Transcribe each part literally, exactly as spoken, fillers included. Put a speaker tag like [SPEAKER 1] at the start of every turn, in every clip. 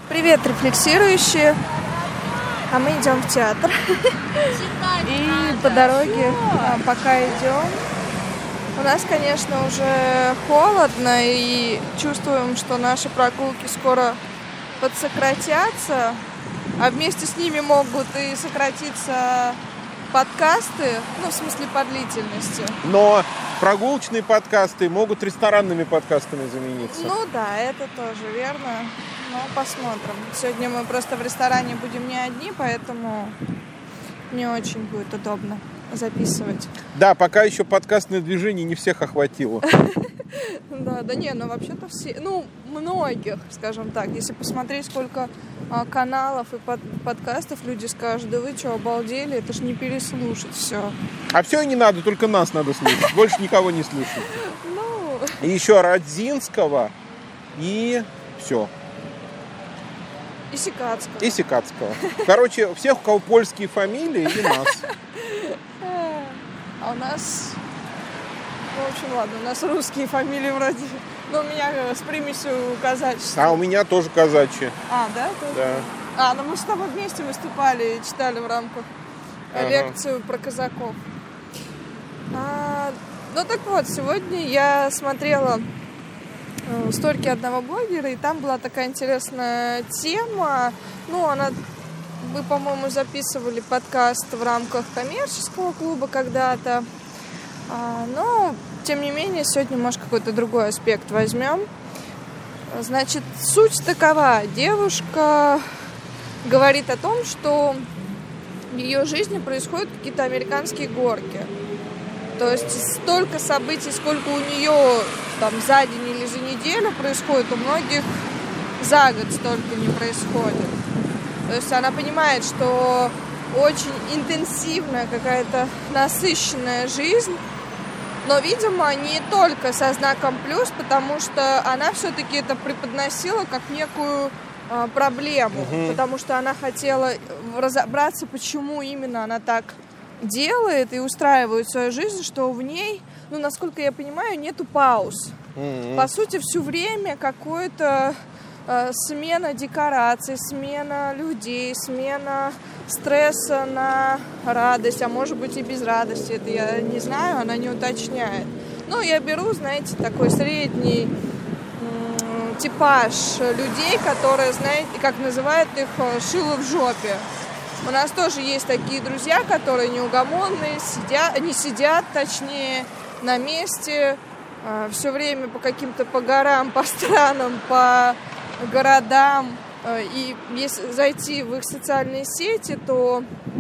[SPEAKER 1] Привет, рефлексирующие! А мы идем в театр. И по дороге, пока идем, у нас, конечно, уже холодно, и чувствуем, что наши прогулки скоро подсократятся, а вместе с ними могут и сократиться подкасты, ну, в смысле, по длительности.
[SPEAKER 2] Но прогулочные подкасты могут ресторанными подкастами замениться.
[SPEAKER 1] Ну да, это тоже верно. Но посмотрим. Сегодня мы просто в ресторане будем не одни, поэтому не очень будет удобно записывать.
[SPEAKER 2] Да, пока еще подкастное движение не всех охватило.
[SPEAKER 1] Да, да не, ну вообще-то все, ну, многих, скажем так. Если посмотреть, сколько а, каналов и под, подкастов, люди скажут: да вы что, обалдели, это ж не переслушать все.
[SPEAKER 2] А все и не надо, только нас надо слушать. Больше никого не слушать.
[SPEAKER 1] Ну...
[SPEAKER 2] И еще Радзинского и все.
[SPEAKER 1] И Сикацкого.
[SPEAKER 2] И Сикацкого. Короче, всех, у кого польские фамилии, и нас.
[SPEAKER 1] А у нас... Ну, в общем, ладно, у нас русские фамилии вроде... Ну, у меня с примесью казачества.
[SPEAKER 2] А у меня тоже казачьи.
[SPEAKER 1] А, да? Тоже?
[SPEAKER 2] Да.
[SPEAKER 1] А, ну мы с тобой вместе выступали и читали в рамках ага. лекцию про казаков. А, ну, так вот, сегодня я смотрела сторики одного блогера, и там была такая интересная тема. Ну, она... Мы, по-моему, записывали подкаст в рамках коммерческого клуба когда-то. А, но, тем не менее, сегодня, может, какой-то другой аспект возьмем. Значит, суть такова. Девушка говорит о том, что в ее жизни происходят какие-то американские горки. То есть столько событий, сколько у нее там за день или за неделю происходит, у многих за год столько не происходит. То есть она понимает, что очень интенсивная какая-то насыщенная жизнь, но, видимо, не только со знаком плюс, потому что она все-таки это преподносила как некую э, проблему, угу. потому что она хотела разобраться, почему именно она так делает и устраивает свою жизнь, что в ней, ну, насколько я понимаю, нету пауз. Mm-hmm. По сути, все время какое-то э, смена декораций, смена людей, смена стресса на радость, а может быть и без радости, это я не знаю, она не уточняет. Но я беру, знаете, такой средний м- типаж людей, которые, знаете, как называют их, шило в жопе. У нас тоже есть такие друзья, которые неугомонные, сидят, не сидят, точнее, на месте, э, все время по каким-то по горам, по странам, по городам. Э, и если зайти в их социальные сети, то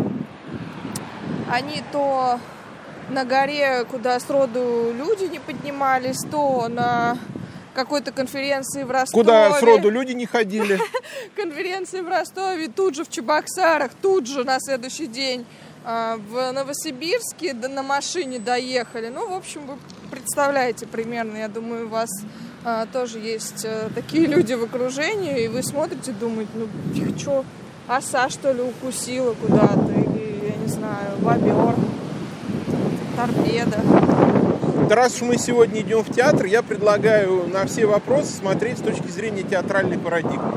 [SPEAKER 1] они то на горе, куда сроду люди не поднимались, то на какой-то конференции в Ростове.
[SPEAKER 2] Куда сроду люди не ходили.
[SPEAKER 1] Конференции в Ростове, тут же в Чебоксарах, тут же на следующий день э, в Новосибирске на машине доехали. Ну, в общем, вы представляете примерно, я думаю, у вас э, тоже есть э, такие люди в окружении, и вы смотрите, думаете, ну, их что, оса, что ли, укусила куда-то, или, я не знаю, бобер, торпеда.
[SPEAKER 2] Да раз уж мы сегодня идем в театр, я предлагаю на все вопросы смотреть с точки зрения театральной парадигмы.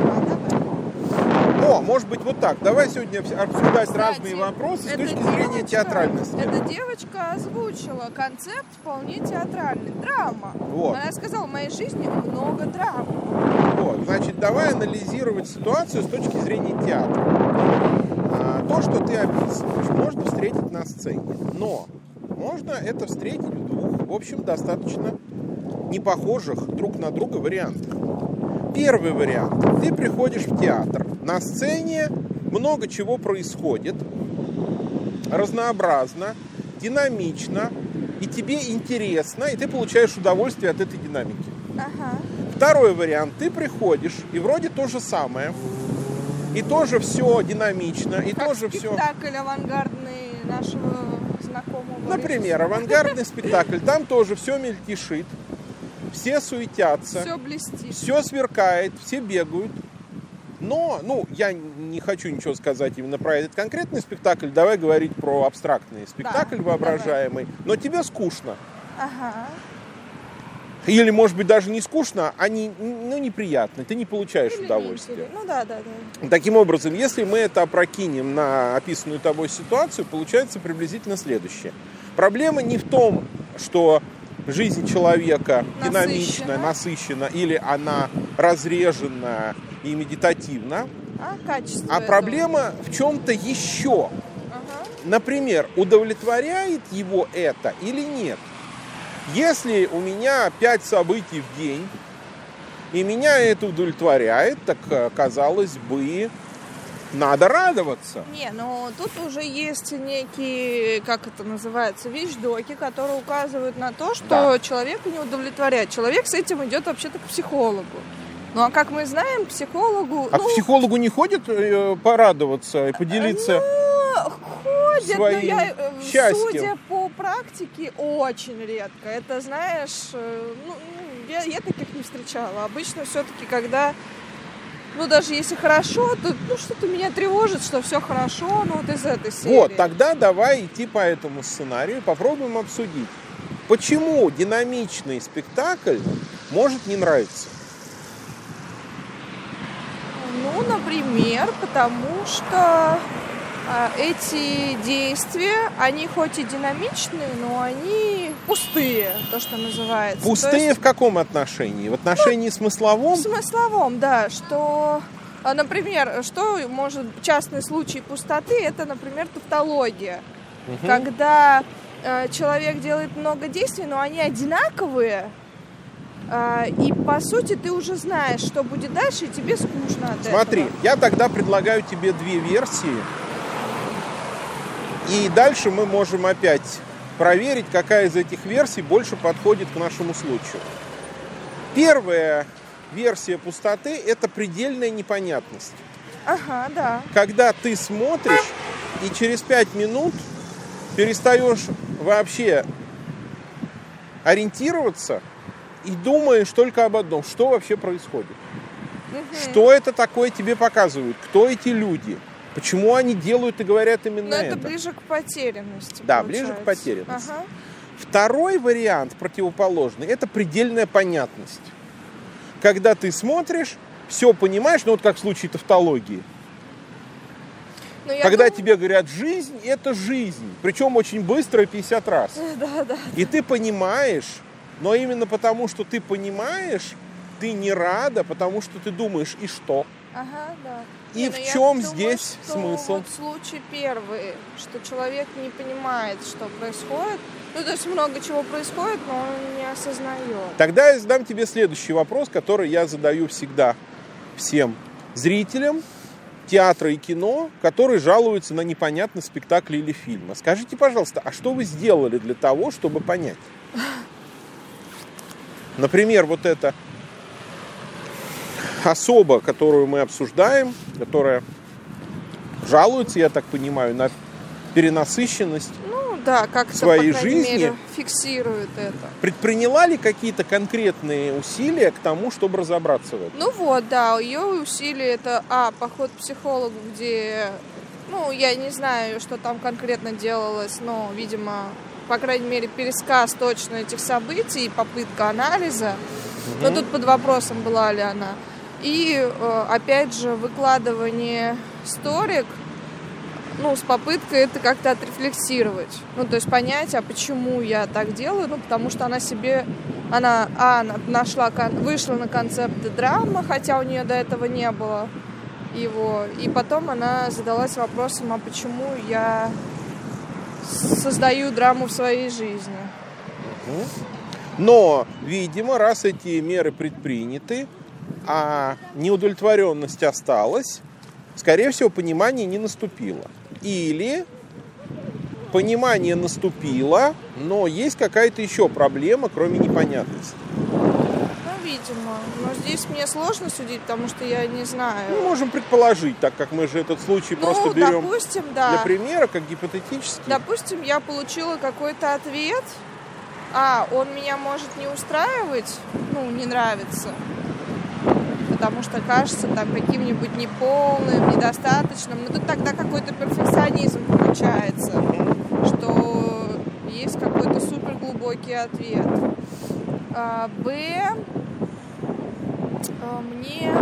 [SPEAKER 2] О, может быть, вот так. Давай сегодня обсуждать Кстати, разные вопросы с точки девочка, зрения театральности.
[SPEAKER 1] Эта девочка озвучила концепт вполне театральный. Драма.
[SPEAKER 2] Вот.
[SPEAKER 1] Она сказала, в моей жизни много драм.
[SPEAKER 2] Вот, значит, давай анализировать ситуацию с точки зрения театра. А, то, что ты описываешь, можно встретить на сцене. Но можно это встретить в двух, в общем, достаточно непохожих друг на друга вариантах. Первый вариант. Ты приходишь в театр. На сцене много чего происходит. Разнообразно, динамично. И тебе интересно, и ты получаешь удовольствие от этой динамики.
[SPEAKER 1] Ага.
[SPEAKER 2] Второй вариант. Ты приходишь, и вроде то же самое. И тоже все динамично. И
[SPEAKER 1] как
[SPEAKER 2] тоже все...
[SPEAKER 1] спектакль авангардный нашего знакомого.
[SPEAKER 2] Например, авангардный спектакль. Там тоже все мельтешит. Все суетятся.
[SPEAKER 1] Все блестит.
[SPEAKER 2] Все сверкает, все бегают. Но, ну, я не хочу ничего сказать именно про этот конкретный спектакль. Давай говорить про абстрактный спектакль, да, воображаемый. Давай. Но тебе скучно.
[SPEAKER 1] Ага.
[SPEAKER 2] Или, может быть, даже не скучно, а не, ну, неприятно, ты не получаешь Или удовольствия.
[SPEAKER 1] Ну да, да, да.
[SPEAKER 2] Таким образом, если мы это опрокинем на описанную тобой ситуацию, получается приблизительно следующее. Проблема не в том, что жизнь человека динамична, насыщена, или она разрежена и медитативна,
[SPEAKER 1] а, качество
[SPEAKER 2] а проблема в чем-то еще.
[SPEAKER 1] Ага.
[SPEAKER 2] Например, удовлетворяет его это или нет? Если у меня пять событий в день, и меня это удовлетворяет, так, казалось бы, надо радоваться.
[SPEAKER 1] Не, ну тут уже есть некие, как это называется, вещдоки, которые указывают на то, что да. человека не удовлетворяет. Человек с этим идет вообще-то к психологу. Ну, а как мы знаем, психологу...
[SPEAKER 2] А
[SPEAKER 1] ну,
[SPEAKER 2] к психологу не ходят э, порадоваться и поделиться
[SPEAKER 1] ну, ходят,
[SPEAKER 2] своим
[SPEAKER 1] но я,
[SPEAKER 2] счастьем?
[SPEAKER 1] Судя по практике, очень редко. Это, знаешь, ну, я, я таких не встречала. Обычно все-таки, когда... Ну, даже если хорошо, то ну, что-то меня тревожит, что все хорошо, ну, вот из этой серии.
[SPEAKER 2] Вот, тогда давай идти по этому сценарию, попробуем обсудить, почему динамичный спектакль может не нравиться.
[SPEAKER 1] Ну, например, потому что а, эти действия, они хоть и динамичные, но они пустые, то, что называется.
[SPEAKER 2] Пустые
[SPEAKER 1] есть,
[SPEAKER 2] в каком отношении? В отношении ну, смысловом?
[SPEAKER 1] В смысловом, да, что, например, что может частный случай пустоты, это, например, тавтология. Угу. Когда э, человек делает много действий, но они одинаковые, и, по сути, ты уже знаешь, что будет дальше, и тебе скучно от
[SPEAKER 2] Смотри,
[SPEAKER 1] этого.
[SPEAKER 2] я тогда предлагаю тебе две версии. И дальше мы можем опять проверить, какая из этих версий больше подходит к нашему случаю. Первая версия пустоты – это предельная непонятность.
[SPEAKER 1] Ага, да.
[SPEAKER 2] Когда ты смотришь, и через пять минут перестаешь вообще ориентироваться, и думаешь только об одном, что вообще происходит. Угу. Что это такое тебе показывают? Кто эти люди? Почему они делают и говорят именно
[SPEAKER 1] Но это?
[SPEAKER 2] это?
[SPEAKER 1] ближе к потерянности.
[SPEAKER 2] Да,
[SPEAKER 1] получается.
[SPEAKER 2] ближе к потерянности.
[SPEAKER 1] Ага.
[SPEAKER 2] Второй вариант, противоположный, это предельная понятность. Когда ты смотришь, все понимаешь, ну вот как в случае тавтологии. Когда дум... тебе говорят, жизнь – это жизнь. Причем очень быстро, пятьдесят раз.
[SPEAKER 1] Да, да.
[SPEAKER 2] И ты понимаешь, но именно потому, что ты понимаешь, ты не рада, потому что ты думаешь, и что?
[SPEAKER 1] Ага, да.
[SPEAKER 2] И
[SPEAKER 1] не,
[SPEAKER 2] в чем здесь
[SPEAKER 1] думаю,
[SPEAKER 2] смысл?
[SPEAKER 1] Вот случай первый, что человек не понимает, что происходит. Ну, то есть много чего происходит, но он не осознает.
[SPEAKER 2] Тогда я задам тебе следующий вопрос, который я задаю всегда всем зрителям театра и кино, которые жалуются на непонятный спектакль или фильм. Скажите, пожалуйста, а что вы сделали для того, чтобы понять? Например, вот эта особа, которую мы обсуждаем, которая жалуется, я так понимаю, на перенасыщенность
[SPEAKER 1] ну, да, как-то,
[SPEAKER 2] своей
[SPEAKER 1] по крайней
[SPEAKER 2] жизни,
[SPEAKER 1] мере, фиксирует это.
[SPEAKER 2] Предприняла ли какие-то конкретные усилия к тому, чтобы разобраться в этом?
[SPEAKER 1] Ну вот, да, ее усилия это, а, поход к психологу, где, ну, я не знаю, что там конкретно делалось, но, видимо, по крайней мере, пересказ точно этих событий, попытка анализа. Угу. Но тут под вопросом, была ли она. И, опять же, выкладывание сторик, ну, с попыткой это как-то отрефлексировать. Ну, то есть понять, а почему я так делаю. Ну, потому что она себе, она, а, нашла, вышла на концепт драма, хотя у нее до этого не было его. И потом она задалась вопросом, а почему я создаю драму в своей жизни.
[SPEAKER 2] Но, видимо, раз эти меры предприняты, а неудовлетворенность осталась, скорее всего, понимание не наступило. Или понимание наступило, но есть какая-то еще проблема, кроме непонятности.
[SPEAKER 1] Ну, видимо. Но здесь мне сложно судить, потому что я не знаю.
[SPEAKER 2] Мы можем предположить, так как мы же этот случай
[SPEAKER 1] ну,
[SPEAKER 2] просто берем
[SPEAKER 1] допустим, да.
[SPEAKER 2] для примера, как гипотетически.
[SPEAKER 1] Допустим, я получила какой-то ответ, а он меня может не устраивать, ну, не нравится, потому что кажется там каким-нибудь неполным, недостаточным. Но тут тогда какой-то перфекционизм получается, что есть какой-то суперглубокий ответ. А, Б. А, мне...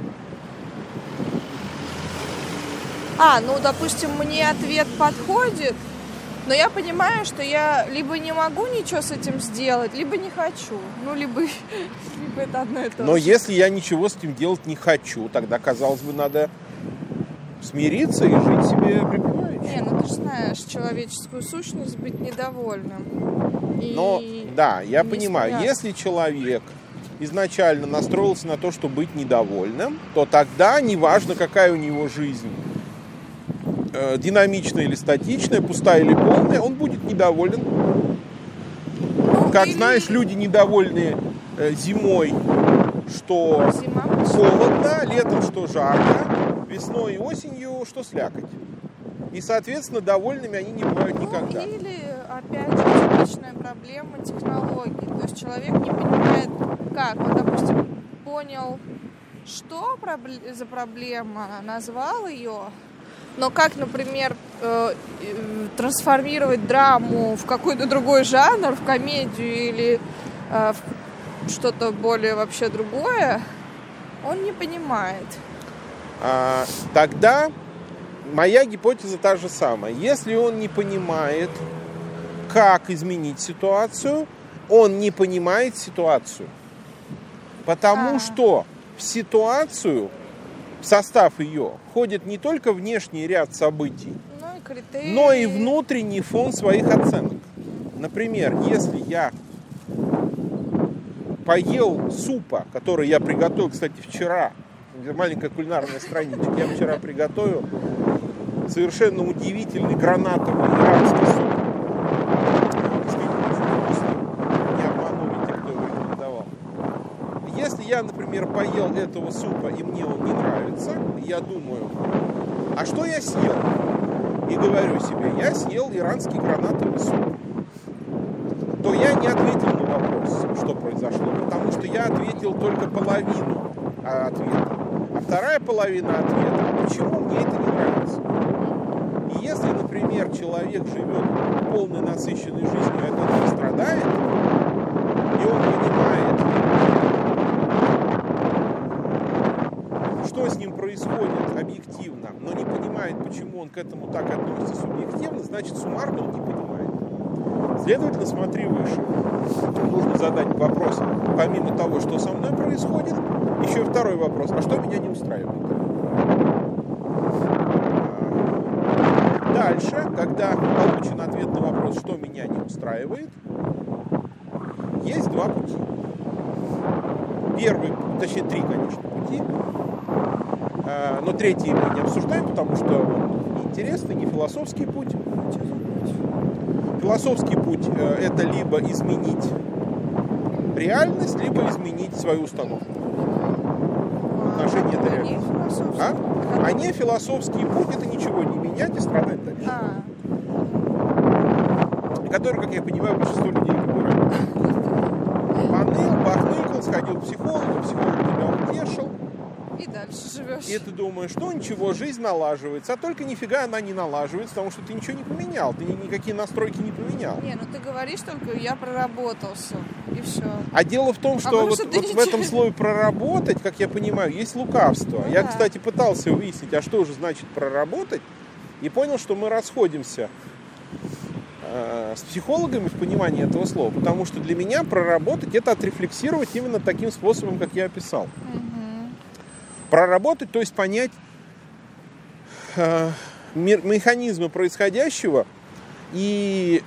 [SPEAKER 1] А, ну, допустим, мне ответ подходит, но я понимаю, что я либо не могу ничего с этим сделать, либо не хочу. Ну, либо, либо это одно и то же.
[SPEAKER 2] Но если я ничего с этим делать не хочу, тогда, казалось бы, надо смириться и жить себе припеваючи.
[SPEAKER 1] Не, ну ты же знаешь человеческую сущность быть недовольным. И
[SPEAKER 2] Но, да, я
[SPEAKER 1] не
[SPEAKER 2] понимаю,
[SPEAKER 1] смеяться.
[SPEAKER 2] если человек изначально настроился на то, чтобы быть недовольным, то тогда, неважно, какая у него жизнь, э, динамичная или статичная, пустая или полная, он будет недоволен.
[SPEAKER 1] Ну,
[SPEAKER 2] Как
[SPEAKER 1] или
[SPEAKER 2] знаешь, люди недовольны э, зимой, что
[SPEAKER 1] зима.
[SPEAKER 2] холодно, летом, что жарко, весной и осенью, что слякоть. И, соответственно, довольными они не бывают никогда.
[SPEAKER 1] Ну, или, опять же, типичная проблема технологий. То есть человек не понимает, как. Он, допустим, понял, что пробл- за проблема, назвал ее, но как, например, э, э, трансформировать драму в какой-то другой жанр, в комедию или э, в что-то более вообще другое, он не понимает.
[SPEAKER 2] А, тогда моя гипотеза та же самая. Если он не понимает, как изменить ситуацию, он не понимает ситуацию. Потому
[SPEAKER 1] А.
[SPEAKER 2] что в ситуацию, в состав ее, входит не только внешний ряд событий,
[SPEAKER 1] Ну и критерии.
[SPEAKER 2] но и внутренний фон своих оценок. Например, если я поел супа, который я приготовил, кстати, вчера, маленькая кулинарная страничка, я вчера приготовил совершенно удивительный гранатовый иранский суп. Действительно очень вкусный. Не обманули те, кто его рекомендовал. Если я, например, поел этого супа, и мне он не нравится, я думаю, а что я съел? И говорю себе, я съел иранский гранатовый суп. То я не ответил на вопрос, что произошло, потому что я ответил только половину ответа. А вторая половина ответа, а почему мне это не нравится? И если, например, человек живет полной насыщенной жизнью, и от этого страдает, и он понимает, что с ним происходит объективно, но не понимает, почему он к этому так относится субъективно, значит, суммарно он не понимает. Следовательно, смотри выше. Нужно задать вопрос, помимо того, что со мной происходит, еще и второй вопрос, а что меня не устраивает? Дальше, когда получен ответ на вопрос, что меня не устраивает, есть два пути. Первый, точнее три, конечно, пути, но третий мы не обсуждаем, потому что он неинтересный, не философский путь. Философский путь – это либо изменить реальность, либо изменить свою установку. В отношении этой реальности. А? А не философский путь – это ничего не менять и страдать дальше.
[SPEAKER 1] А.
[SPEAKER 2] Который, как я понимаю, большинство людей выбирают. Поныл, похныкал, сходил к психологу, психолог тебя утешил.
[SPEAKER 1] И дальше живешь.
[SPEAKER 2] И ты думаешь, что ничего, жизнь налаживается, а только нифига она не налаживается, потому что ты ничего не поменял, ты никакие настройки не поменял.
[SPEAKER 1] Не, ну ты говоришь только, я проработался, и все.
[SPEAKER 2] А дело в том, что
[SPEAKER 1] А
[SPEAKER 2] вот,
[SPEAKER 1] может,
[SPEAKER 2] вот
[SPEAKER 1] ты
[SPEAKER 2] в этом
[SPEAKER 1] ничего...
[SPEAKER 2] слое проработать, как я понимаю, есть лукавство.
[SPEAKER 1] Ну,
[SPEAKER 2] я,
[SPEAKER 1] да.
[SPEAKER 2] кстати, пытался выяснить, а что же значит проработать, и понял, что мы расходимся э, с психологами в понимании этого слова, потому что для меня проработать – это отрефлексировать именно таким способом, как я описал.
[SPEAKER 1] Угу.
[SPEAKER 2] Проработать, то есть понять э, механизмы происходящего и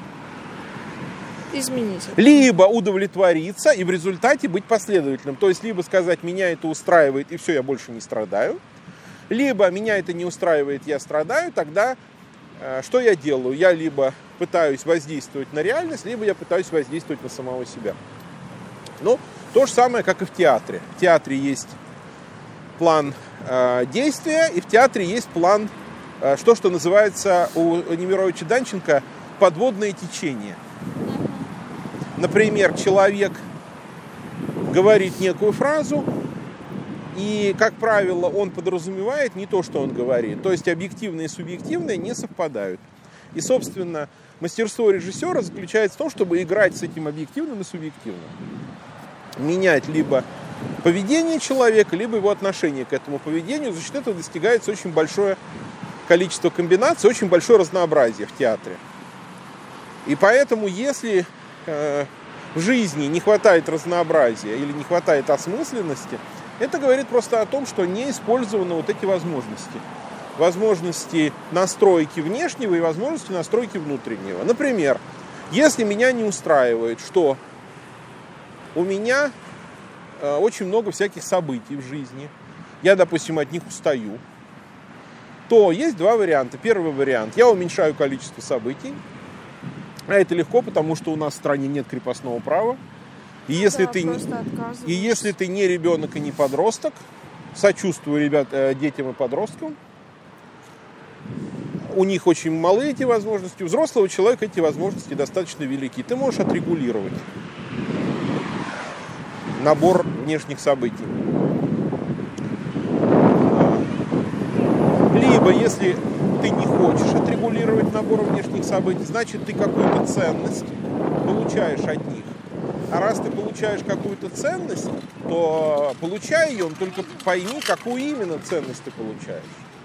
[SPEAKER 1] Изменить это.
[SPEAKER 2] либо удовлетвориться и в результате быть последовательным. То есть либо сказать, меня это устраивает и все, я больше не страдаю. Либо меня это не устраивает, я страдаю, тогда э, что я делаю? Я либо пытаюсь воздействовать на реальность, либо я пытаюсь воздействовать на самого себя. Ну, то же самое, как и в театре. В театре есть план э, действия, и в театре есть план, э, что, что называется у Немировича Данченко подводное течение. Например, человек говорит некую фразу, и, как правило, он подразумевает не то, что он говорит. То есть объективное и субъективное не совпадают. И, собственно, мастерство режиссера заключается в том, чтобы играть с этим объективным и субъективным. Менять либо поведение человека, либо его отношение к этому поведению. За счет этого достигается очень большое количество комбинаций, очень большое разнообразие в театре. И поэтому, если э, в жизни не хватает разнообразия или не хватает осмысленности, это говорит просто о том, что не использованы вот эти возможности. Возможности настройки внешнего и возможности настройки внутреннего. Например, если меня не устраивает, что у меня э, очень много всяких событий в жизни, я, допустим, от них устаю, то есть два варианта. Первый вариант. Я уменьшаю количество событий. А это легко, потому что у нас в стране нет крепостного права. И если,
[SPEAKER 1] да,
[SPEAKER 2] ты, и если ты не ребенок и не подросток, сочувствую ребят, э, детям и подросткам, у них очень малы эти возможности. У взрослого человека эти возможности достаточно велики. Ты можешь отрегулировать набор внешних событий. Либо, если ты не хочешь отрегулировать набор внешних событий, значит, ты какую-то ценность получаешь от них. А раз ты получаешь какую-то ценность, то получай ее, только пойми, какую именно ценность ты получаешь.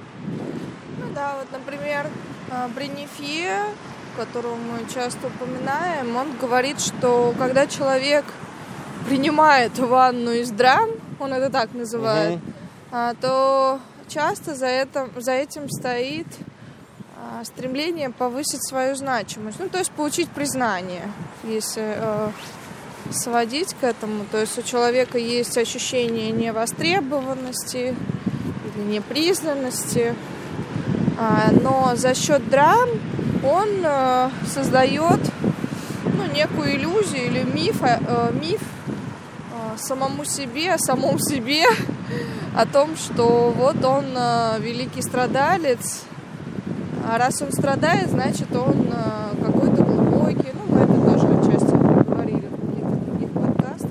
[SPEAKER 1] Ну да, вот, например, Бренефье, которого мы часто упоминаем, он говорит, что когда человек принимает ванну из драм, он это так называет, угу. то часто за, это, за этим стоит стремление повысить свою значимость. Ну, то есть получить признание, если э, сводить к этому. То есть у человека есть ощущение невостребованности или непризнанности. А, но за счет драм он э, создает ну, некую иллюзию или миф, э, миф э, самому себе, о самом себе, о том, что вот он э, великий страдалец. А раз он страдает, значит, он э, какой-то глубокий. Ну, мы это тоже отчасти говорили в каких-то других подкастах.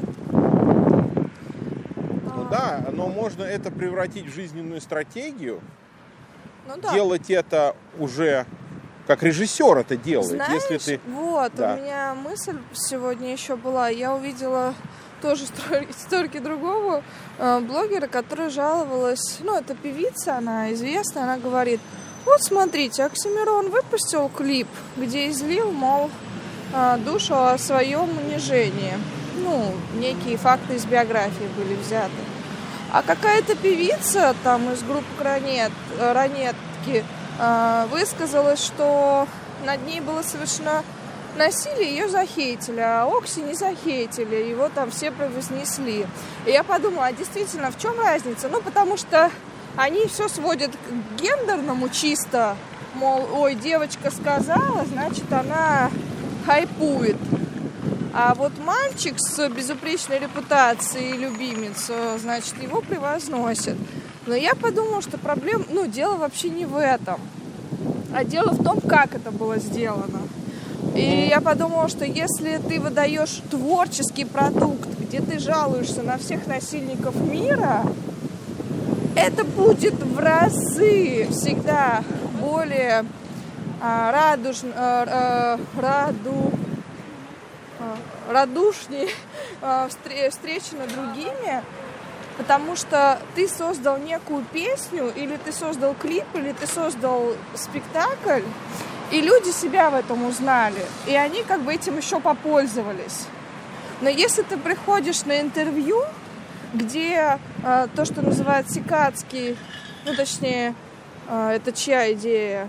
[SPEAKER 2] Ну а... да, но можно это превратить в жизненную стратегию.
[SPEAKER 1] Ну, да.
[SPEAKER 2] Делать это уже как режиссер это делает.
[SPEAKER 1] Знаешь,
[SPEAKER 2] если ты...
[SPEAKER 1] вот,
[SPEAKER 2] да.
[SPEAKER 1] у меня мысль сегодня еще была. Я увидела тоже сторики другого э, блогера, которая жаловалась. Ну, это певица, она известная, она говорит... Вот смотрите, Оксимирон выпустил клип, где излил, мол, душу о своем унижении. Ну, некие факты из биографии были взяты. А какая-то певица там из группы Ранет, Ранетки высказалась, что над ней было совершено насилие, ее захейтили, а Окси не захейтили, его там все превознесли. И я подумала, а действительно, в чем разница? Ну, потому что они все сводят к гендерному чисто, мол, ой, девочка сказала, значит, она хайпует. А вот мальчик с безупречной репутацией, любимец, значит, его превозносят. Но я подумала, что проблема, ну, дело вообще не в этом, а дело в том, как это было сделано. И я подумала, что если ты выдаешь творческий продукт, где ты жалуешься на всех насильников мира, это будет в разы всегда более а, радужно, а, раду, а, радушнее а, встречено другими, потому что ты создал некую песню, или ты создал клип, или ты создал спектакль, и люди себя в этом узнали, и они как бы этим еще попользовались. Но если ты приходишь на интервью, где э, то, что называют Сикацкий, ну, точнее, э, это чья идея?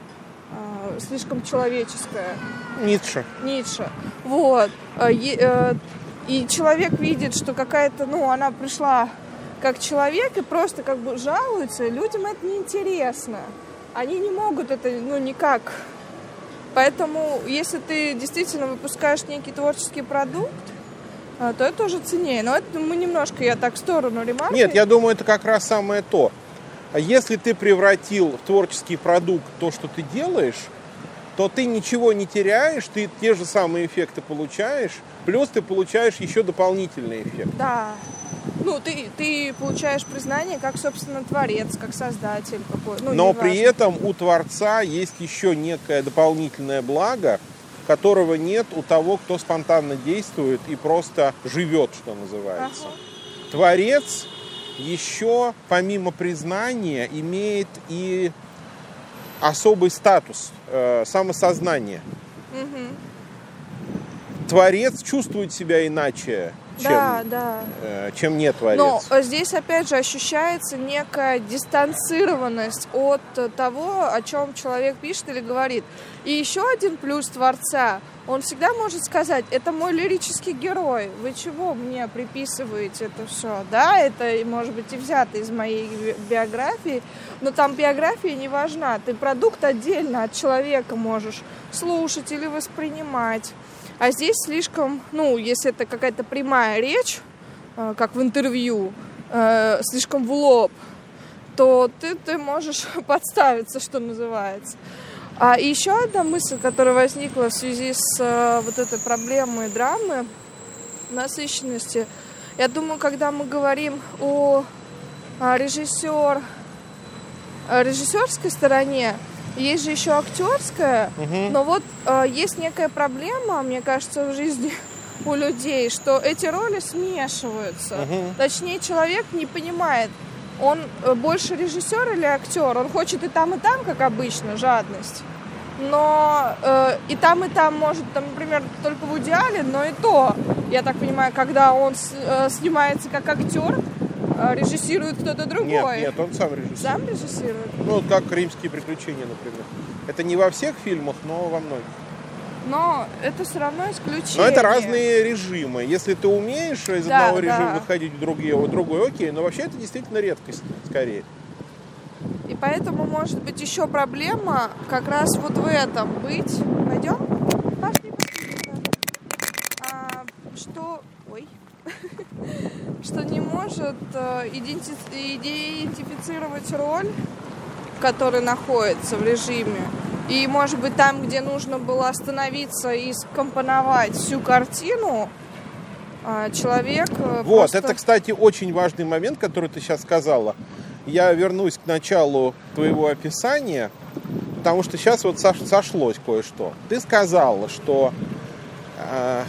[SPEAKER 1] Э, слишком человеческая.
[SPEAKER 2] Ницше.
[SPEAKER 1] Ницше. Вот. Э, э, и человек видит, что какая-то, ну, она пришла как человек и просто как бы жалуется. Людям это неинтересно. Они не могут это, ну, никак. Поэтому, если ты действительно выпускаешь некий творческий продукт, то это уже ценнее. Но это мы немножко, я так в сторону ремарки.
[SPEAKER 2] Нет, я думаю, это как раз самое то. Если ты превратил в творческий продукт то, что ты делаешь, то ты ничего не теряешь, ты те же самые эффекты получаешь, плюс ты получаешь еще дополнительный эффект.
[SPEAKER 1] Да. ну, ты, ты получаешь признание как, собственно, творец, как создатель какой. Ну,
[SPEAKER 2] но при этом у творца есть еще некое дополнительное благо, которого нет у того, кто спонтанно действует и просто живет, что называется. Ага. Творец еще, помимо признания, имеет и особый статус, э, самосознание. Угу. Творец чувствует себя иначе, чем,
[SPEAKER 1] да, да.
[SPEAKER 2] Э, чем не творец.
[SPEAKER 1] Но здесь, опять же, ощущается некая дистанцированность от того, о чем человек пишет или говорит. И еще один плюс творца, он всегда может сказать: это мой лирический герой, вы чего мне приписываете это все? Да, это, может быть, и взято из моей биографии, но там биография не важна. Ты продукт отдельно от человека можешь слушать или воспринимать. А здесь слишком, ну, если это какая-то прямая речь, э, как в интервью, э, слишком в лоб, то ты, ты можешь подставиться, что называется. А еще одна мысль, которая возникла в связи с э, вот этой проблемой драмы, насыщенности. Я думаю, когда мы говорим о, о режиссер, о режиссерской стороне, есть же еще актерская, угу. но вот э, есть некая проблема, мне кажется, в жизни у людей, что эти роли смешиваются. Угу. Точнее, человек не понимает, он больше режиссер или актер. Он хочет и там, и там, как обычно, жадность. Но э, и там, и там может, там, например, только в идеале, но и то, я так понимаю, когда он с, э, снимается как актер, режиссирует кто-то другой.
[SPEAKER 2] Нет, нет, он сам режиссирует.
[SPEAKER 1] Сам режиссирует?
[SPEAKER 2] Ну, как «Римские приключения», например. Это не во всех фильмах, но во многих.
[SPEAKER 1] Но это все равно исключение.
[SPEAKER 2] Но это разные режимы. Если ты умеешь из
[SPEAKER 1] да,
[SPEAKER 2] одного режима
[SPEAKER 1] да.
[SPEAKER 2] выходить в другой, в другой, окей. Но вообще это действительно редкость, скорее.
[SPEAKER 1] И поэтому, может быть, еще проблема как раз вот в этом быть. Пойдем? Пошли, пошли. А, что... Ой... что не может э, идентифицировать роль, которая находится в режиме. И, может быть, там, где нужно было остановиться и скомпоновать всю картину, э, человек... Э,
[SPEAKER 2] вот,
[SPEAKER 1] просто...
[SPEAKER 2] это, кстати, очень важный момент, который ты сейчас сказала. Я вернусь к началу твоего описания, потому что сейчас вот сошлось кое-что. Ты сказала, что, э,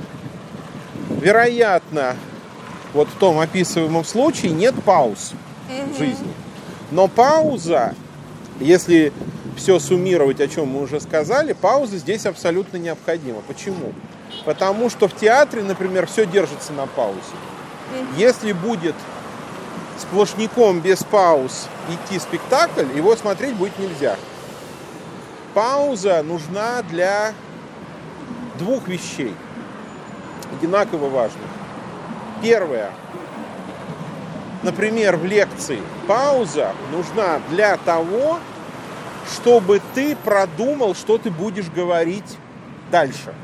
[SPEAKER 2] вероятно, вот в том описываемом случае нет пауз mm-hmm. в жизни. Но пауза, если все суммировать, о чем мы уже сказали, пауза здесь абсолютно необходима. Почему? Потому что в театре, например, все держится на паузе. Mm-hmm. Если будет сплошняком без пауз идти спектакль, его смотреть будет нельзя. Пауза нужна для двух вещей, одинаково важных. Первое. Например, в лекции пауза нужна для того, чтобы ты продумал, что ты будешь говорить дальше.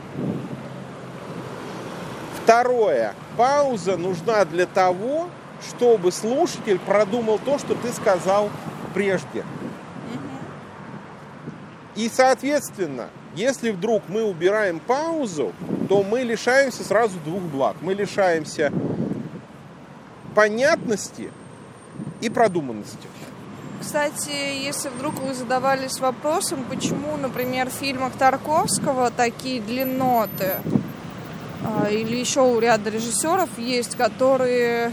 [SPEAKER 2] Второе. Пауза нужна для того, чтобы слушатель продумал то, что ты сказал прежде. И, соответственно, если вдруг мы убираем паузу, то мы лишаемся сразу двух благ. Мы лишаемся понятности и продуманности.
[SPEAKER 1] Кстати, если вдруг вы задавались вопросом, почему, например, в фильмах Тарковского такие длинноты, или еще у ряда режиссеров есть, которые,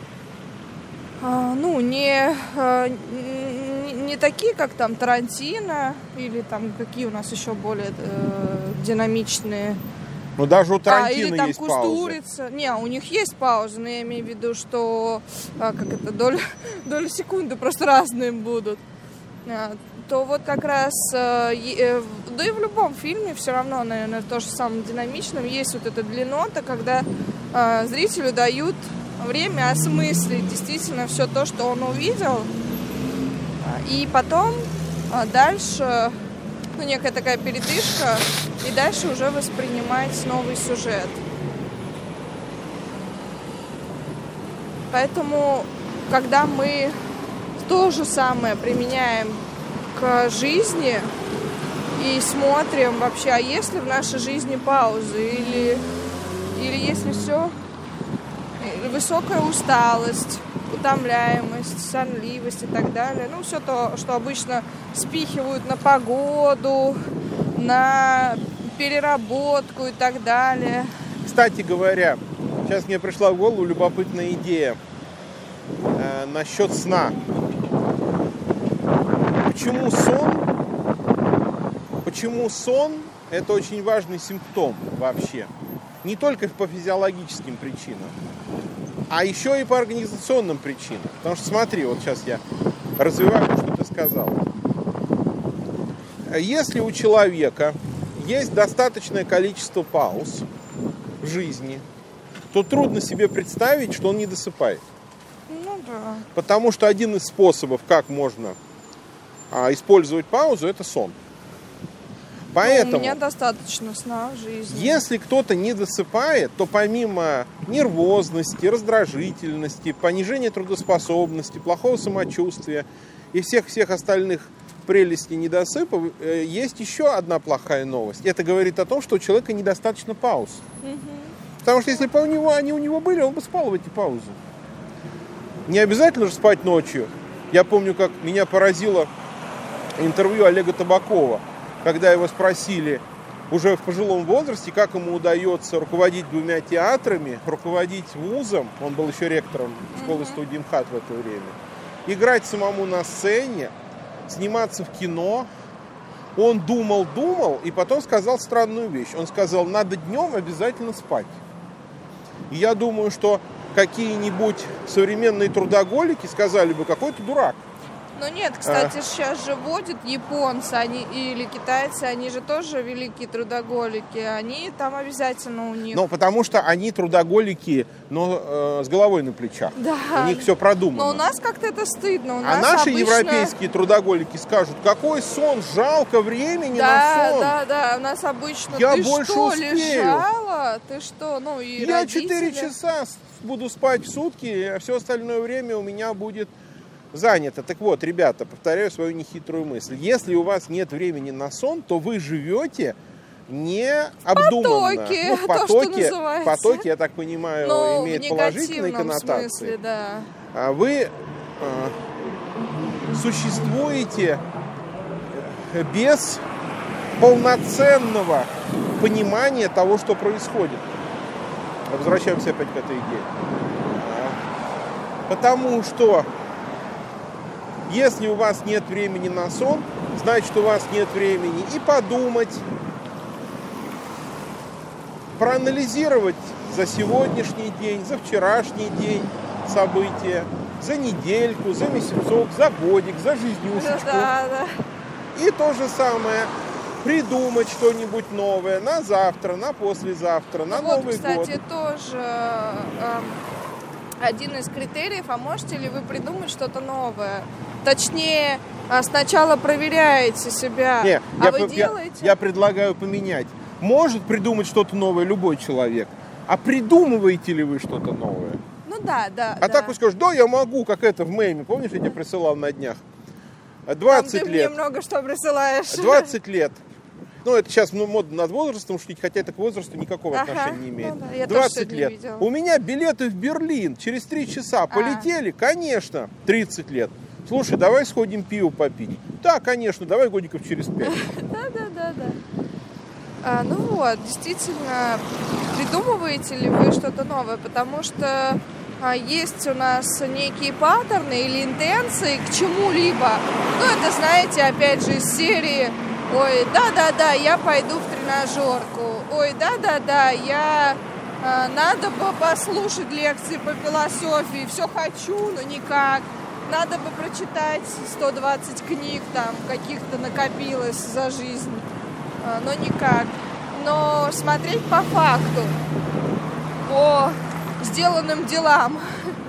[SPEAKER 1] ну, не, не такие, как там Тарантино, или там какие у нас еще более э, динамичные.
[SPEAKER 2] Ну, даже у Тарантино
[SPEAKER 1] а, или там
[SPEAKER 2] есть
[SPEAKER 1] Кустурица.
[SPEAKER 2] паузы.
[SPEAKER 1] Не, у них есть паузы, но я имею в виду, что а, как это, доля, доля секунды просто разные будут. А, то вот как раз, а, э, да и в любом фильме все равно, наверное, в том же самом динамичном есть вот эта длиннота, когда а, зрителю дают время осмыслить действительно все то, что он увидел. И потом а, дальше, ну, некая такая передышка, и дальше уже воспринимать новый сюжет. Поэтому, когда мы то же самое применяем к жизни и смотрим вообще, а есть ли в нашей жизни паузы, или, или если все, высокая усталость, утомляемость, сонливость и так далее. Ну, все то, что обычно спихивают на погоду, на переработку и так далее.
[SPEAKER 2] Кстати говоря, сейчас мне пришла в голову любопытная идея э, насчет сна. Почему сон? Почему сон – это очень важный симптом вообще? Не только по физиологическим причинам, а еще и по организационным причинам. Потому что смотри, вот сейчас я развиваю то, что ты сказал. Если у человека есть достаточное количество пауз в жизни, то трудно себе представить, что он не досыпает.
[SPEAKER 1] Ну да.
[SPEAKER 2] Потому что один из способов, как можно а, использовать паузу, это сон. Поэтому,
[SPEAKER 1] ну, у меня достаточно сна в жизни.
[SPEAKER 2] Если кто-то не досыпает, то помимо нервозности, раздражительности, понижения трудоспособности, плохого самочувствия и всех-всех остальных прелестей недосыпа, есть еще одна плохая новость. Это говорит о том, что у человека недостаточно пауз.
[SPEAKER 1] Угу.
[SPEAKER 2] Потому что если бы у него, они у него были, он бы спал в эти паузы. Не обязательно же спать ночью. Я помню, как меня поразило интервью Олега Табакова, когда его спросили уже в пожилом возрасте, как ему удается руководить двумя театрами, руководить вузом, он был еще ректором школы-студии МХАТ в это время, играть самому на сцене, сниматься в кино. Он думал-думал и потом сказал странную вещь. Он сказал, надо днем обязательно спать. И я думаю, что какие-нибудь современные трудоголики сказали бы, какой ты дурак.
[SPEAKER 1] Ну нет, кстати,
[SPEAKER 2] а.
[SPEAKER 1] сейчас же водят японцы они, или китайцы, они же тоже великие трудоголики, они там обязательно у них...
[SPEAKER 2] Ну, потому что они трудоголики, но э, с головой на плечах.
[SPEAKER 1] Да.
[SPEAKER 2] У них все продумано.
[SPEAKER 1] Но у нас как-то это стыдно. У
[SPEAKER 2] а
[SPEAKER 1] нас
[SPEAKER 2] наши
[SPEAKER 1] обычно...
[SPEAKER 2] европейские трудоголики скажут, какой сон, жалко времени
[SPEAKER 1] да,
[SPEAKER 2] на сон.
[SPEAKER 1] Да, да, у нас обычно,
[SPEAKER 2] я
[SPEAKER 1] ты
[SPEAKER 2] больше
[SPEAKER 1] что,
[SPEAKER 2] успею.
[SPEAKER 1] лежала? Ты что, ну и
[SPEAKER 2] Я
[SPEAKER 1] родители...
[SPEAKER 2] четыре часа буду спать в сутки, а все остальное время у меня будет занято. Так вот, ребята, повторяю свою нехитрую мысль. Если у вас нет времени на сон, то вы живете необдуманно.
[SPEAKER 1] Потоки,
[SPEAKER 2] ну, потоки,
[SPEAKER 1] то, что называется.
[SPEAKER 2] Потоки, я так понимаю,
[SPEAKER 1] ну,
[SPEAKER 2] имеют положительные коннотации.
[SPEAKER 1] Смысле, да.
[SPEAKER 2] А вы а, существуете без полноценного понимания того, что происходит. Возвращаемся опять к этой идее. Потому что если у вас нет времени на сон, значит, у вас нет времени и подумать, проанализировать за сегодняшний день, за вчерашний день события, за недельку, за месяцок, за годик, за жизнюшечку.
[SPEAKER 1] Да, да.
[SPEAKER 2] И то же самое придумать что-нибудь новое на завтра, на послезавтра, на
[SPEAKER 1] ну
[SPEAKER 2] Новый
[SPEAKER 1] вот, кстати,
[SPEAKER 2] год.
[SPEAKER 1] Кстати, тоже э, один из критериев, а можете ли вы придумать что-то новое? Точнее, сначала проверяете себя,
[SPEAKER 2] Не,
[SPEAKER 1] а
[SPEAKER 2] я,
[SPEAKER 1] вы
[SPEAKER 2] я,
[SPEAKER 1] делаете?
[SPEAKER 2] Я предлагаю поменять. Может придумать что-то новое любой человек, а придумываете ли вы что-то новое?
[SPEAKER 1] Ну да, да.
[SPEAKER 2] А
[SPEAKER 1] да.
[SPEAKER 2] так вы скажете, да, я могу, как это в меме, помнишь, я тебе присылал на днях? двадцать
[SPEAKER 1] Там ты
[SPEAKER 2] лет.
[SPEAKER 1] мне много что присылаешь.
[SPEAKER 2] двадцать лет. Ну, это сейчас ну, модно над возрастом шутить, хотя это к возрасту никакого
[SPEAKER 1] ага,
[SPEAKER 2] отношения не имеет.
[SPEAKER 1] Ну, да, я
[SPEAKER 2] двадцать лет.
[SPEAKER 1] Видела.
[SPEAKER 2] У меня билеты в Берлин через три часа.
[SPEAKER 1] А.
[SPEAKER 2] Полетели? Конечно. тридцать лет. Слушай, давай сходим пиво попить. Да, конечно, давай годиков через пять.
[SPEAKER 1] Да, да, да, да. А, ну вот, действительно, придумываете ли вы что-то новое? Потому что а, есть у нас некие паттерны или интенции к чему-либо. Ну, это, знаете, опять же, из серии «Ой, да-да-да, я пойду в тренажерку». «Ой, да-да-да, я... А, надо бы послушать лекции по философии, все хочу, но никак». Надо бы прочитать сто двадцать книг, там, каких-то накопилось за жизнь, но никак. Но смотреть по факту, по сделанным делам,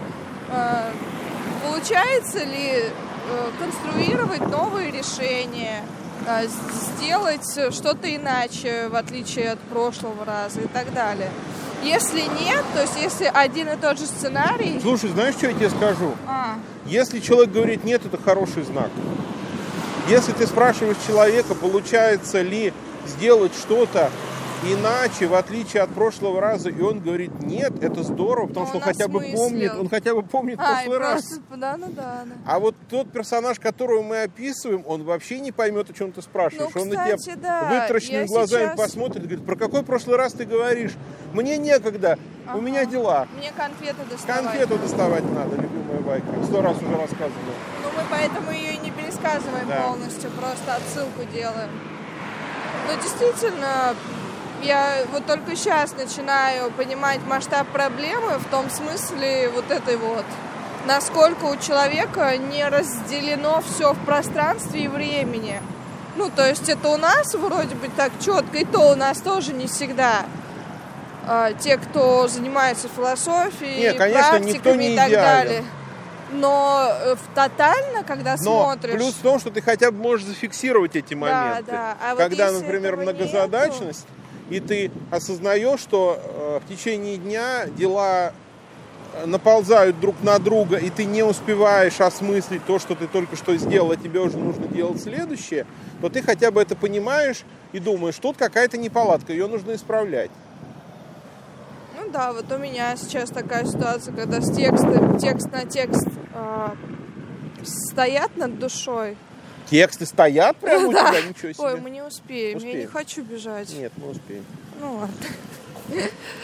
[SPEAKER 1] получается ли конструировать новые решения, сделать что-то иначе, в отличие от прошлого раза и так далее. Если нет, то есть если один и тот же сценарий...
[SPEAKER 2] Слушай, знаешь, что я тебе скажу?
[SPEAKER 1] А.
[SPEAKER 2] Если человек говорит нет, это хороший знак. Если ты спрашиваешь человека, получается ли сделать что-то иначе, в отличие от прошлого раза, и он говорит, нет, это здорово, потому
[SPEAKER 1] Но
[SPEAKER 2] что он
[SPEAKER 1] он
[SPEAKER 2] хотя бы
[SPEAKER 1] осмыслил.
[SPEAKER 2] помнит, он хотя бы помнит
[SPEAKER 1] А,
[SPEAKER 2] прошлый
[SPEAKER 1] и
[SPEAKER 2] раз.
[SPEAKER 1] просто, да, ну да, да.
[SPEAKER 2] А вот тот персонаж, которого мы описываем, он вообще не поймет, о чем ты спрашиваешь.
[SPEAKER 1] Ну,
[SPEAKER 2] он
[SPEAKER 1] кстати,
[SPEAKER 2] на тебя
[SPEAKER 1] да,
[SPEAKER 2] вытраченными
[SPEAKER 1] я
[SPEAKER 2] глазами
[SPEAKER 1] сейчас-
[SPEAKER 2] посмотрит и говорит, про какой прошлый раз ты говоришь? Мне некогда,
[SPEAKER 1] Ага.
[SPEAKER 2] у меня дела.
[SPEAKER 1] Мне конфеты доставать.
[SPEAKER 2] Конфету доставать надо, любимая байка. Сто раз уже рассказывала.
[SPEAKER 1] Ну, мы поэтому ее и не пересказываем
[SPEAKER 2] Да.
[SPEAKER 1] полностью, просто отсылку делаем. Но действительно, я вот только сейчас начинаю понимать масштаб проблемы в том смысле вот этой вот, насколько у человека не разделено все в пространстве и времени. Ну, то есть это у нас вроде бы так четко, и то у нас тоже не всегда. А, те, кто занимается философией,
[SPEAKER 2] Не, конечно, никто
[SPEAKER 1] практиками
[SPEAKER 2] не
[SPEAKER 1] и так
[SPEAKER 2] идеален.
[SPEAKER 1] далее. Но э, в- тотально, когда
[SPEAKER 2] Но
[SPEAKER 1] смотришь...
[SPEAKER 2] плюс в том, что ты хотя бы можешь зафиксировать эти моменты.
[SPEAKER 1] да. А вот
[SPEAKER 2] Когда,
[SPEAKER 1] если
[SPEAKER 2] например,
[SPEAKER 1] этого
[SPEAKER 2] многозадачность, и ты осознаешь, что э, в течение дня дела э, наползают друг на друга, и ты не успеваешь осмыслить то, что ты только что сделал, а тебе уже нужно делать следующее, то ты хотя бы это понимаешь и думаешь, тут какая-то неполадка, ее нужно исправлять.
[SPEAKER 1] Ну да, вот у меня сейчас такая ситуация, когда с текстом, текст на текст э, стоят над душой.
[SPEAKER 2] Тексты стоят прямо у
[SPEAKER 1] Да.
[SPEAKER 2] тебя, ничего себе.
[SPEAKER 1] Ой, мы не успеем, я не
[SPEAKER 2] Успеем.
[SPEAKER 1] хочу бежать.
[SPEAKER 2] Нет, мы успеем.
[SPEAKER 1] Ну ладно.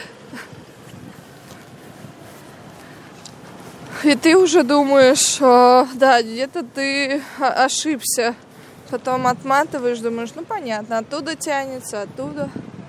[SPEAKER 1] И ты уже думаешь, э, да, где-то ты о- ошибся. Потом отматываешь, думаешь, ну понятно, оттуда тянется, оттуда.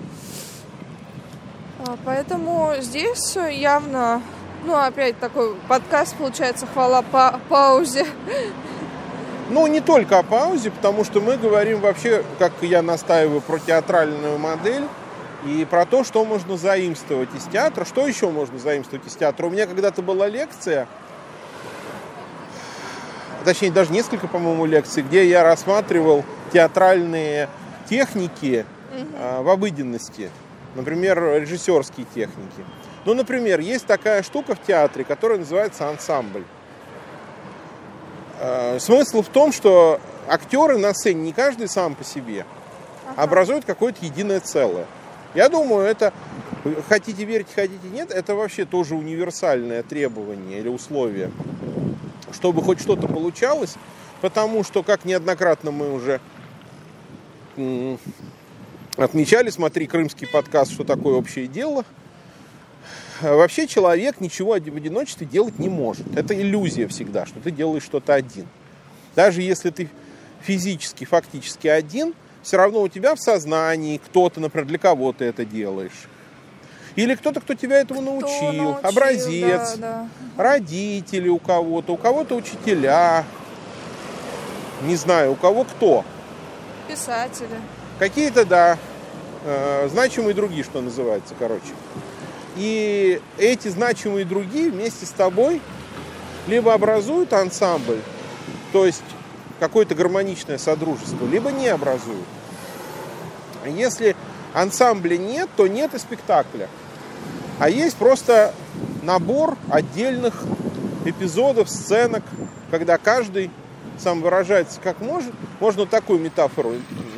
[SPEAKER 1] А, Поэтому здесь явно, ну опять такой подкаст получается, хвала па- паузе.
[SPEAKER 2] Ну, не только о паузе, потому что мы говорим вообще, как я настаиваю, про театральную модель и про то, что можно заимствовать из театра. Что еще можно заимствовать из театра? У меня когда-то была лекция, точнее, даже несколько, по-моему, лекций, где я рассматривал театральные техники э, в обыденности. Например, режиссерские техники. Ну, например, есть такая штука в театре, которая называется ансамбль. Смысл в том, что актеры на сцене не каждый сам по себе, а образуют какое-то единое целое. Я думаю, это, хотите верить, хотите нет, это вообще тоже универсальное требование или условие, чтобы хоть что-то получалось, потому что, как неоднократно мы уже м- отмечали, смотри, крымский подкаст «Что такое общее дело», вообще человек ничего в одиночестве делать не может. Это иллюзия всегда, что ты делаешь что-то один. Даже если ты физически, фактически один, все равно у тебя в сознании кто-то, например, для кого ты это делаешь. Или кто-то, кто тебя этому научил,
[SPEAKER 1] Кто научил,
[SPEAKER 2] образец,
[SPEAKER 1] да,
[SPEAKER 2] родители у кого-то, у кого-то учителя, не знаю, у кого кто.
[SPEAKER 1] да. Писатели.
[SPEAKER 2] Какие-то, да, э, значимые другие, что называется, короче. И эти значимые другие вместе с тобой либо образуют ансамбль, то есть какое-то гармоничное содружество, либо не образуют. Если ансамбля нет, то нет и спектакля. А есть просто набор отдельных эпизодов, сценок, когда каждый сам выражается как может. Можно такую метафору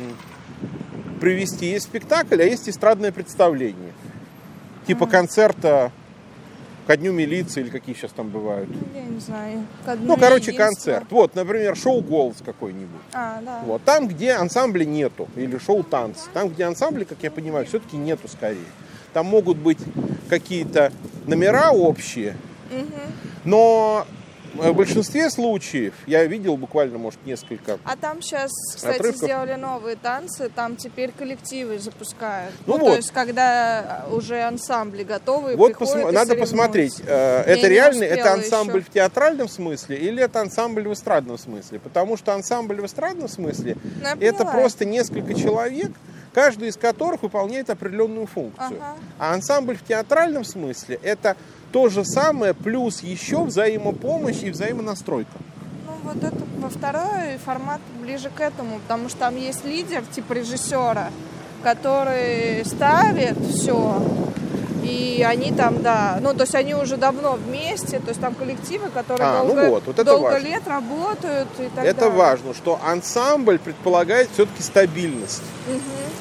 [SPEAKER 2] привести. Есть спектакль, а есть эстрадное представление. Типа концерта ко дню милиции или какие сейчас там бывают.
[SPEAKER 1] Я не знаю. ко дню
[SPEAKER 2] Ну, короче,
[SPEAKER 1] единства.
[SPEAKER 2] концерт. Вот, например, шоу «Голос» какой-нибудь.
[SPEAKER 1] А, да.
[SPEAKER 2] Вот, там, где ансамбля нету, или шоу «Танцы». Там, где ансамбля, как я понимаю, все-таки нету скорее. Там могут быть какие-то номера общие, но в большинстве случаев, я видел буквально, может, несколько.
[SPEAKER 1] А там сейчас, кстати,
[SPEAKER 2] Отрывков.
[SPEAKER 1] сделали новые танцы, там теперь коллективы запускают.
[SPEAKER 2] Ну
[SPEAKER 1] Ну,
[SPEAKER 2] вот.
[SPEAKER 1] то есть, когда уже ансамбли готовы,
[SPEAKER 2] Вот
[SPEAKER 1] приходят
[SPEAKER 2] посма-
[SPEAKER 1] и
[SPEAKER 2] надо
[SPEAKER 1] соревнуются.
[SPEAKER 2] посмотреть, э,
[SPEAKER 1] Я
[SPEAKER 2] это
[SPEAKER 1] не
[SPEAKER 2] реально,
[SPEAKER 1] успела
[SPEAKER 2] это ансамбль
[SPEAKER 1] еще.
[SPEAKER 2] в театральном смысле или это ансамбль в эстрадном смысле? Потому что ансамбль в эстрадном смысле
[SPEAKER 1] Ну, я
[SPEAKER 2] это
[SPEAKER 1] поняла.
[SPEAKER 2] просто несколько человек, каждый из которых выполняет определенную функцию.
[SPEAKER 1] Ага.
[SPEAKER 2] А ансамбль в театральном смысле это то же самое, плюс еще взаимопомощь и взаимонастройка.
[SPEAKER 1] Ну, вот это во второй формат ближе к этому, потому что там есть лидер, типа режиссера, который ставит все, и они там, да, ну, то есть они уже давно вместе, то есть там коллективы, которые
[SPEAKER 2] А, ну
[SPEAKER 1] долго,
[SPEAKER 2] вот, вот это
[SPEAKER 1] долго
[SPEAKER 2] важно.
[SPEAKER 1] лет работают и так
[SPEAKER 2] Это
[SPEAKER 1] далее.
[SPEAKER 2] важно, что ансамбль предполагает все-таки стабильность.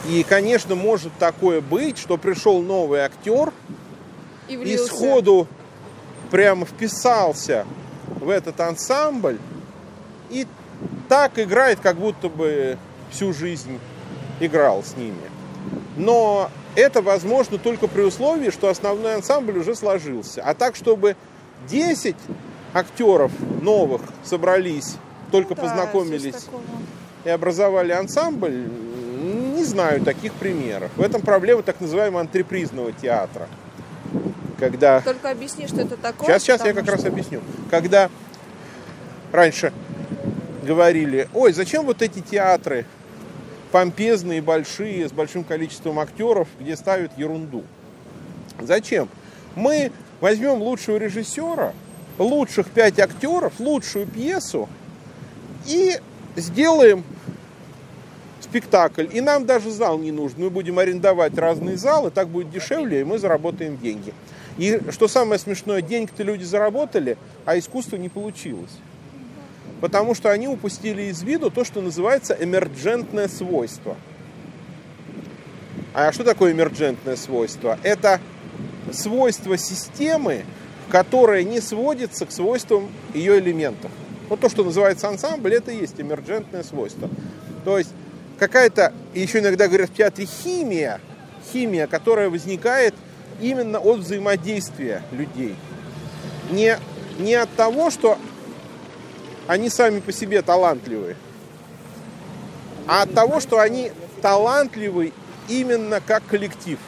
[SPEAKER 2] И, конечно, может такое быть, что пришел новый актер и, и сходу прямо вписался в этот ансамбль и так играет, как будто бы всю жизнь играл с ними. Но это возможно только при условии, что основной ансамбль уже сложился. А так, чтобы десять актеров новых собрались, только да, познакомились и образовали ансамбль, не знаю таких примеров. В этом проблема так называемого антрепризного театра. Когда...
[SPEAKER 1] Только объясни, что это такое.
[SPEAKER 2] Сейчас, сейчас я как что... раз объясню. Когда раньше говорили, ой, зачем вот эти театры помпезные, большие, с большим количеством актеров, где ставят ерунду. Зачем? Мы возьмем лучшего режиссера, лучших пять актеров, лучшую пьесу и сделаем спектакль. И нам даже зал не нужен. Мы будем арендовать разные залы, так будет дешевле, и мы заработаем деньги. И что самое смешное, деньги-то люди заработали, а искусство не получилось. Потому что они упустили из виду то, что называется эмерджентное свойство. А что такое эмерджентное свойство? Это свойство системы, которое не сводится к свойствам ее элементов. Вот то, что называется ансамбль, это и есть эмерджентное свойство. То есть какая-то, еще иногда говорят в театре, химия, химия, которая возникает именно от взаимодействия людей. Не, не от того, что они сами по себе талантливые, а от того, что они талантливы именно как коллектив.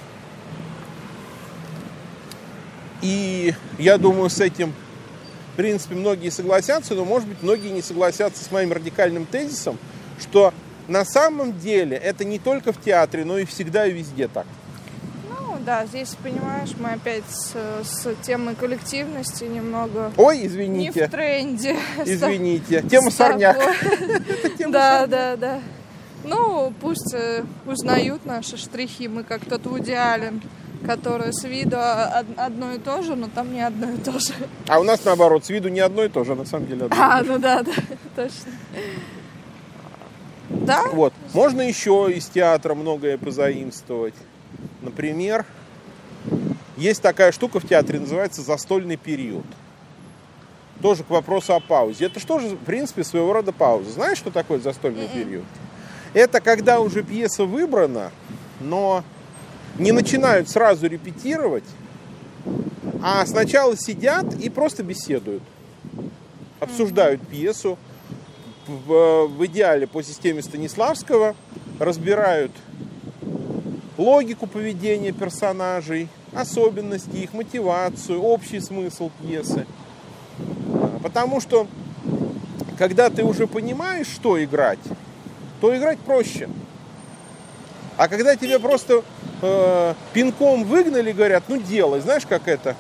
[SPEAKER 2] И я думаю, с этим, в принципе, многие согласятся, но, может быть, многие не согласятся с моим радикальным тезисом, что на самом деле это не только в театре, но и всегда и везде так.
[SPEAKER 1] Да, здесь, понимаешь, мы опять с, с темой коллективности немного...
[SPEAKER 2] Ой, извините.
[SPEAKER 1] Не в тренде.
[SPEAKER 2] Извините. Тема сорняк.
[SPEAKER 1] Да, да, да. Ну, пусть узнают наши штрихи. Мы как тот Вуди Аллен, который с виду одно и то же, но там не одно и то же.
[SPEAKER 2] А у нас наоборот, с виду не одно и то же, а на самом деле одно и то же.
[SPEAKER 1] А, ну да, да, точно. Да?
[SPEAKER 2] Вот. Можно еще из театра многое позаимствовать. Например, есть такая штука в театре, называется застольный период. Тоже к вопросу о паузе. Это что же, в принципе, своего рода пауза. Знаешь, что такое застольный Mm-mm. период? Это когда уже пьеса выбрана, но не начинают сразу репетировать, а сначала сидят и просто беседуют. Обсуждают Mm-hmm. пьесу. В, в идеале по системе Станиславского разбирают логику поведения персонажей, особенности их, мотивацию, общий смысл пьесы. Потому что, когда ты уже понимаешь, что играть, то играть проще. А когда тебе просто э, пинком выгнали, говорят, ну делай, знаешь, как это?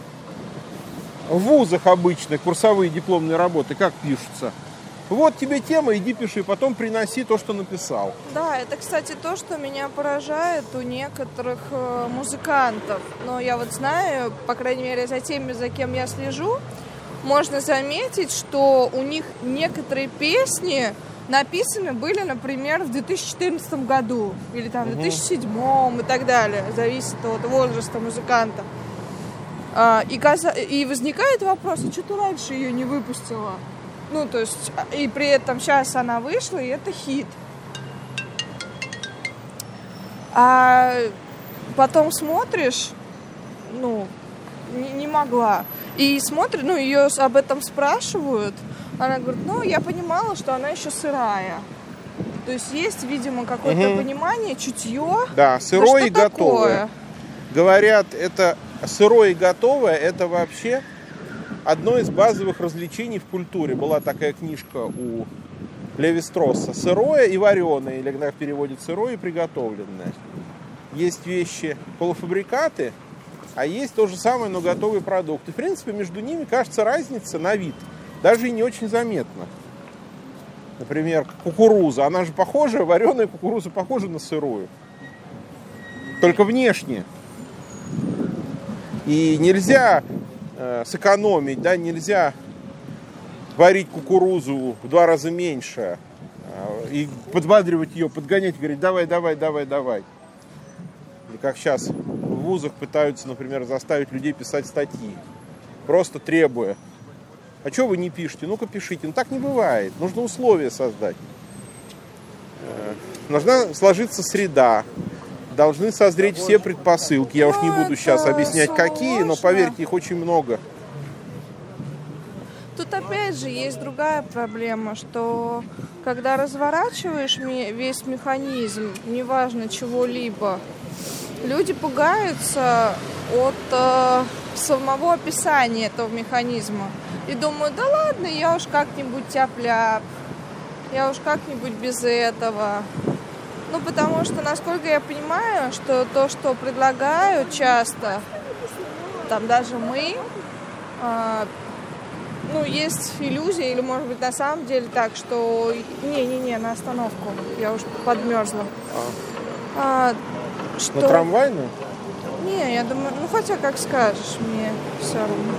[SPEAKER 2] В вузах обычно курсовые дипломные работы как пишутся? Вот тебе тема, иди пиши, потом приноси то, что написал.
[SPEAKER 1] Да, это, кстати, то, что меня поражает у некоторых э, музыкантов. Но я вот знаю, по крайней мере, за теми, за кем я слежу, можно заметить, что у них некоторые песни написаны были, например, в две тысячи четырнадцатом году или там в две тысячи седьмом и так далее. Зависит от возраста музыканта. А, и, каза... и возникает вопрос, а что ты раньше ее не выпустила? Ну, то есть, и при этом сейчас она вышла, и это хит. А потом смотришь, ну, не, не могла. И смотришь, ну, ее об этом спрашивают. Она говорит, ну, я понимала, что она еще сырая. То есть, есть, видимо, какое-то угу. понимание, чутье.
[SPEAKER 2] Да, сырое
[SPEAKER 1] да
[SPEAKER 2] и готовое. Такое? Говорят, это сырое и готовое, это вообще... одно из базовых развлечений в культуре. Была такая книжка у Леви-Стросса. Сырое и вареное, или когда переводят сырое и приготовленное. Есть вещи полуфабрикаты, а есть то же самое, но готовый продукт. И, в принципе, между ними, кажется, разница на вид. Даже и не очень заметна. Например, кукуруза. Она же похожа, вареная кукуруза похожа на сырую. Только внешне. И нельзя... сэкономить, да, нельзя варить кукурузу в два раза меньше, и подбадривать ее, подгонять, говорить, давай, давай, давай, давай. Или как сейчас в вузах пытаются, например, заставить людей писать статьи, просто требуя. А что вы не пишете? Ну-ка пишите. Ну так не бывает. Нужно условия создать. Должна сложиться среда. Должны созреть все предпосылки. Я уж не буду сейчас объяснять, какие, но поверьте, их очень много.
[SPEAKER 1] Тут опять же есть другая проблема, что когда разворачиваешь весь механизм, неважно чего-либо, люди пугаются от э, самого описания этого механизма. И думают, да ладно, я уж как-нибудь тяп-ляп, я уж как-нибудь без этого. Ну, потому что, насколько я понимаю, что то, что предлагают часто, там даже мы, э, ну, есть иллюзия, или, может быть, на самом деле так, что... Не-не-не, на остановку, я уж подмерзла. А, что...
[SPEAKER 2] На трамвайную?
[SPEAKER 1] Не, я думаю, ну, хотя, как скажешь, мне все равно.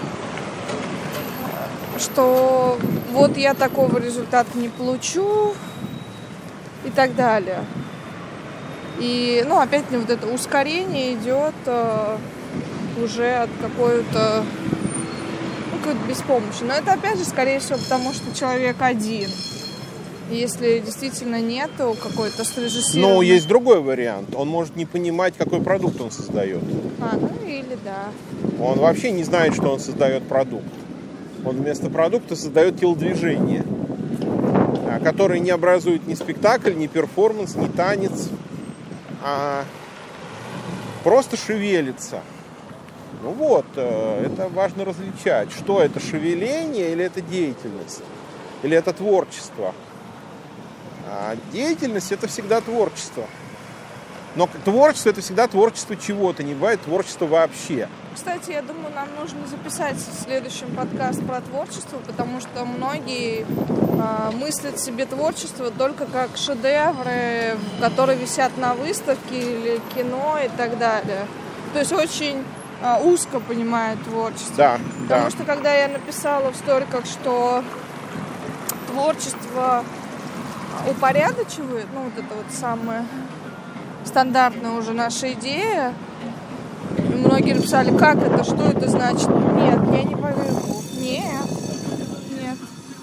[SPEAKER 1] Что вот я такого результата не получу и так далее. И, ну, опять вот это ускорение идет э, уже от какой-то, ну, какой-то беспомощи. Но это, опять же, скорее всего, потому что человек один. Если действительно нету какой-то срежиссированной...
[SPEAKER 2] Ну, есть другой вариант. Он может не понимать, какой продукт он создает.
[SPEAKER 1] А, ну, или да.
[SPEAKER 2] Он вообще не знает, что он создает продукт. Он вместо продукта создает телодвижение, которое не образует ни спектакль, ни перформанс, ни танец, а просто шевелится. Ну вот, это важно различать, что это шевеление или это деятельность, или это творчество. А деятельность — это всегда творчество. Но творчество — это всегда творчество чего-то, не бывает творчества вообще.
[SPEAKER 1] Кстати, я думаю, нам нужно записать в следующем подкаст про творчество, потому что многие э, мыслят себе творчество только как шедевры, которые висят на выставке или кино и так далее. То есть очень э, узко понимают творчество.
[SPEAKER 2] Да,
[SPEAKER 1] потому
[SPEAKER 2] да.
[SPEAKER 1] что когда я написала в сториках, что творчество упорядочивает, ну вот это вот самая стандартная уже наша идея, многие написали, как это, что это значит. Нет, я не поверю. Нет, нет.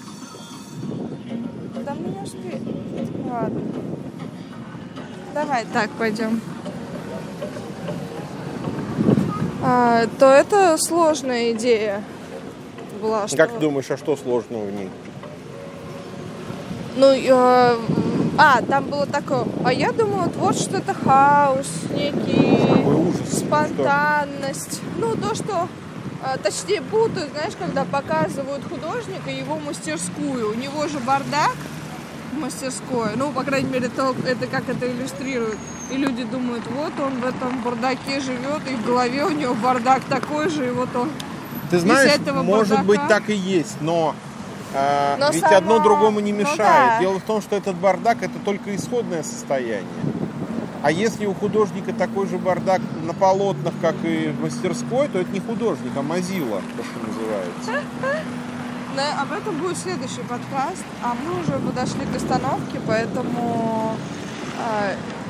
[SPEAKER 1] Да мы не успеем. Ладно. Давай так пойдем. А, то это сложная идея была. Что...
[SPEAKER 2] Как ты думаешь, а что сложного в ней?
[SPEAKER 1] Ну, э, а, там было такое. А я думала, творчество — это хаос, некий
[SPEAKER 2] ужас,
[SPEAKER 1] спонтанность. Что? Ну, то, что, э, точнее, путают, знаешь, когда показывают художника и его мастерскую. У него же бардак в мастерской. Ну, по крайней мере, то, это как это иллюстрирует. И люди думают, вот он в этом бардаке живет, и в голове у него бардак такой же, и вот он.
[SPEAKER 2] Ты знаешь, может
[SPEAKER 1] бардака...
[SPEAKER 2] быть, так и есть, но...
[SPEAKER 1] Но
[SPEAKER 2] Ведь
[SPEAKER 1] само...
[SPEAKER 2] одно другому не мешает.
[SPEAKER 1] Ну, да.
[SPEAKER 2] Дело в том, что этот бардак — это только исходное состояние. А если у художника такой же бардак на полотнах, как и в мастерской, то это не художник, а мазила, то, что называется.
[SPEAKER 1] Да, об этом будет следующий подкаст. А мы уже подошли к остановке, поэтому э,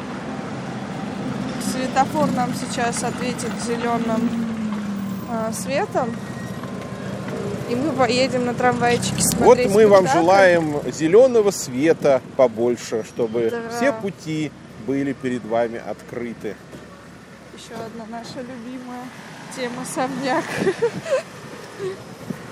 [SPEAKER 1] светофор нам сейчас ответит зеленым э, светом. И мы поедем на трамвайчике смотреть.
[SPEAKER 2] Вот мы
[SPEAKER 1] спектакль.
[SPEAKER 2] вам желаем зеленого света побольше, чтобы
[SPEAKER 1] Да.
[SPEAKER 2] все пути были перед вами открыты.
[SPEAKER 1] Еще одна наша любимая тема — особняк.